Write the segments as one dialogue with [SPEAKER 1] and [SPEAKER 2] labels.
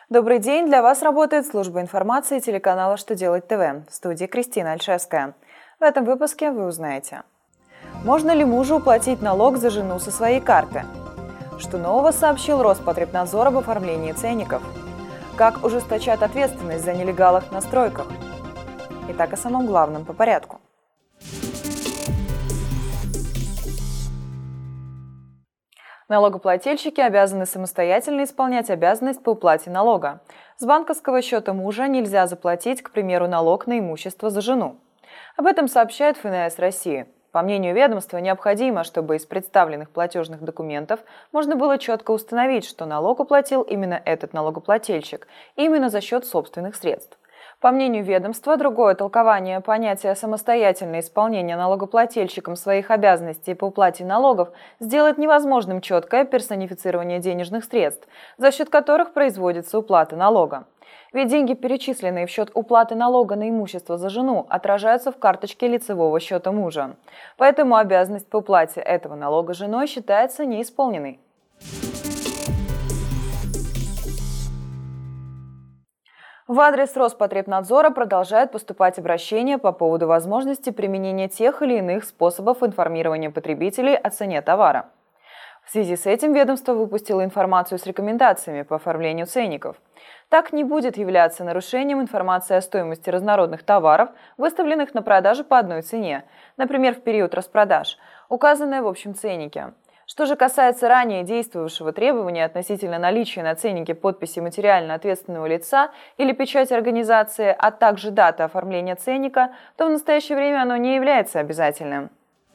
[SPEAKER 1] Добрый день! Для вас работает служба информации телеканала «Что делать ТВ». В студии Кристина Альшевская. В этом выпуске вы узнаете: можно ли мужу уплатить налог за жену со своей карты? Что нового сообщил Роспотребнадзор об оформлении ценников? Как ужесточат ответственность за нелегалов на стройках? Итак, о самом главном по порядку. Налогоплательщики обязаны самостоятельно исполнять обязанность по уплате налога. С банковского счета мужа нельзя заплатить, к примеру, налог на имущество за жену. Об этом сообщает ФНС России. По мнению ведомства, необходимо, чтобы из представленных платежных документов можно было четко установить, что налог уплатил именно этот налогоплательщик, именно за счет собственных средств. По мнению ведомства, другое толкование понятия «самостоятельное исполнение налогоплательщиком своих обязанностей по уплате налогов» сделает невозможным четкое персонифицирование денежных средств, за счет которых производится уплата налога. Ведь деньги, перечисленные в счет уплаты налога на имущество за жену, отражаются в карточке лицевого счета мужа. Поэтому обязанность по уплате этого налога женой считается неисполненной. В адрес Роспотребнадзора продолжают поступать обращения по поводу возможности применения тех или иных способов информирования потребителей о цене товара. В связи с этим ведомство выпустило информацию с рекомендациями по оформлению ценников. Так не будет являться нарушением информация о стоимости разнородных товаров, выставленных на продажу по одной цене, например, в период распродаж, указанная в общем ценнике. Что же касается ранее действовавшего требования относительно наличия на ценнике подписи материально ответственного лица или печати организации, а также даты оформления ценника, то в настоящее время оно не является обязательным.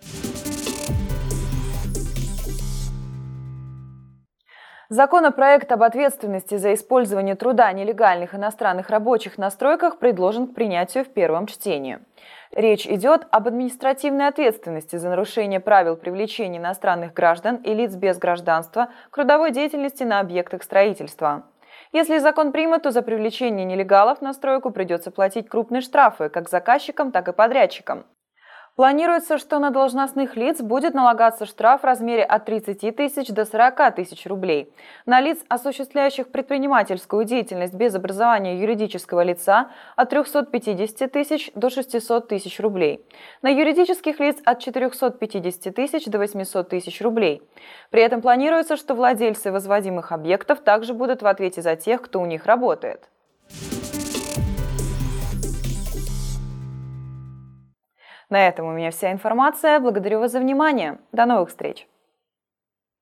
[SPEAKER 1] Законопроект об ответственности за использование труда нелегальных иностранных рабочих на стройках предложен к принятию в первом чтении. Речь идет об административной ответственности за нарушение правил привлечения иностранных граждан и лиц без гражданства к трудовой деятельности на объектах строительства. Если закон примут, то за привлечение нелегалов на стройку придется платить крупные штрафы как заказчикам, так и подрядчикам. Планируется, что на должностных лиц будет налагаться штраф в размере от 30 тысяч до 40 тысяч рублей. На лиц, осуществляющих предпринимательскую деятельность без образования юридического лица, от 350 тысяч до 600 тысяч рублей. На юридических лиц от 450 тысяч до 800 тысяч рублей. При этом планируется, что владельцы возводимых объектов также будут в ответе за тех, кто у них работает. На этом у меня вся информация. Благодарю вас за внимание. До новых встреч!